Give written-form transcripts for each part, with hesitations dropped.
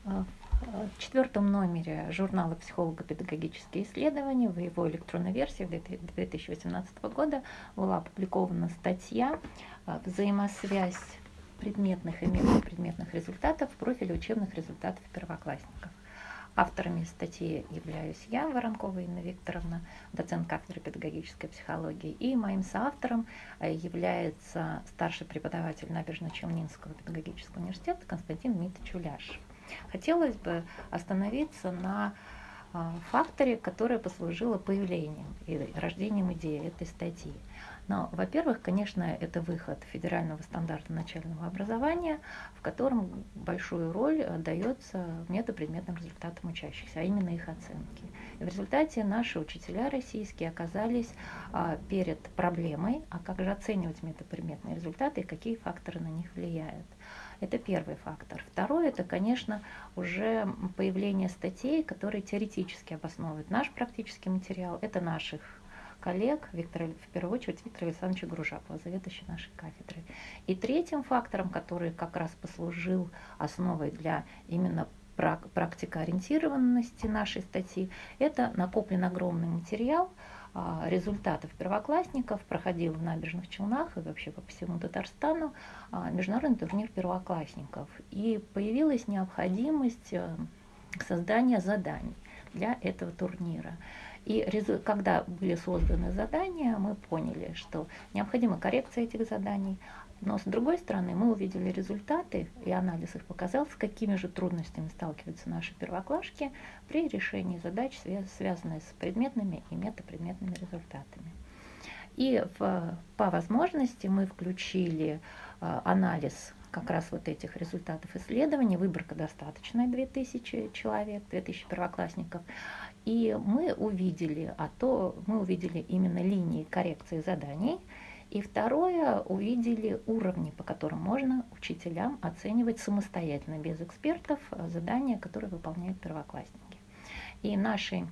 В четвертом номере журнала «Психолого-педагогические исследования» в его электронной версии 2018 года была опубликована статья «Взаимосвязь предметных и метапредметных результатов в профиле учебных результатов первоклассников». Авторами статьи являюсь я, Воронкова Инна Викторовна, доцент кафедры педагогической психологии, и моим соавтором является старший преподаватель Набережно-Челнинского педагогического университета Константин Дмитриевич Уляшев. Хотелось бы остановиться на факторе, которое послужило появлением и рождением идеи этой статьи. Но, во-первых, конечно, это выход федерального стандарта начального образования, в котором большую роль отдается метапредметным результатам учащихся, а именно их оценки. И в результате наши учителя российские оказались перед проблемой, а как же оценивать метапредметные результаты и какие факторы на них влияют. Это первый фактор. Второй – это, конечно, уже появление статей, которые теоретически обосновывают наш практический материал. Это наших коллег, в первую очередь Виктора Александровича Гружапова, заведующего нашей кафедрой. И третьим фактором, который как раз послужил основой для именно практикоориентированности нашей статьи, это накоплен огромный материал результатов первоклассников, проходил в Набережных Челнах и вообще по всему Татарстану международный турнир первоклассников. И появилась необходимость создания заданий для этого турнира. И когда были созданы задания, мы поняли, что необходима коррекция этих заданий. Но с другой стороны, мы увидели результаты, и анализ их показал, с какими же трудностями сталкиваются наши первоклашки при решении задач, связанных с предметными и метапредметными результатами. И по возможности мы включили анализ как раз вот этих результатов исследований. Выборка достаточная, 2000 человек, 2000 первоклассников. И мы увидели именно линии коррекции заданий. И второе, увидели уровни, по которым можно учителям оценивать самостоятельно, без экспертов, задания, которые выполняют первоклассники. И нашим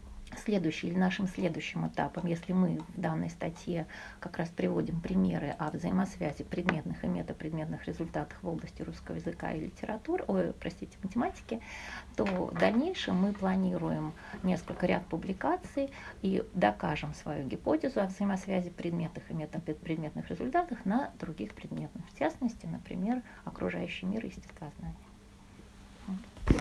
следующим этапом, если мы в данной статье как раз приводим примеры о взаимосвязи предметных и метапредметных результатах в области русского языка и математики, то в дальнейшем мы планируем ряд публикаций и докажем свою гипотезу о взаимосвязи предметных и метапредметных результатах на других предметах, в частности, например, окружающий мир и естествознание.